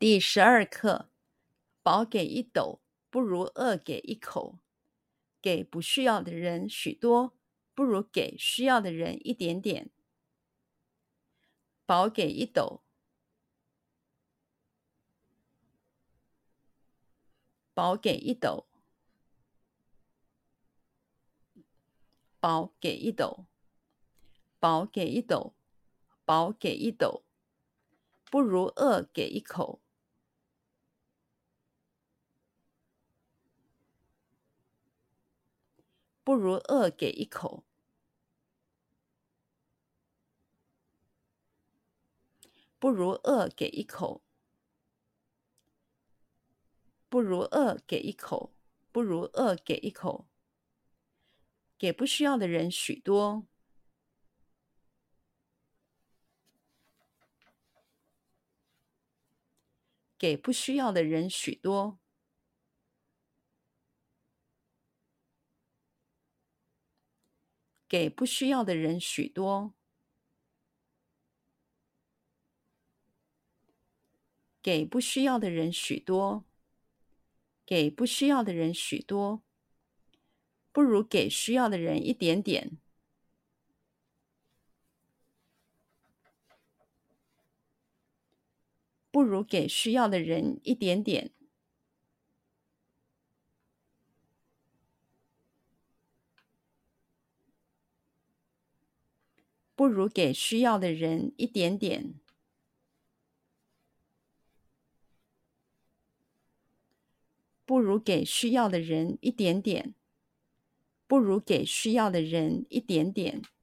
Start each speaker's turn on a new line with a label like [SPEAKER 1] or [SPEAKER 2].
[SPEAKER 1] 第12课，饱给一斗，不如饿给一口。给不需要的人许多，不如给需要的人一点点。饱给一斗，饱给一斗，饱给一斗，饱给一斗，饱给一斗，不如饿给一口。不如饿给一口，不如饿给一口，不如饿给一口，不如饿给一口。给不需要的人许多，给不需要的人许多，给不需要的人许多，给不需要的人许多，给不需要的人许多，不如给需要的人一点点。不如给需要的人一点点。不如给需要的人一点点。不如给需要的人一点点。不如给需要的人一点点。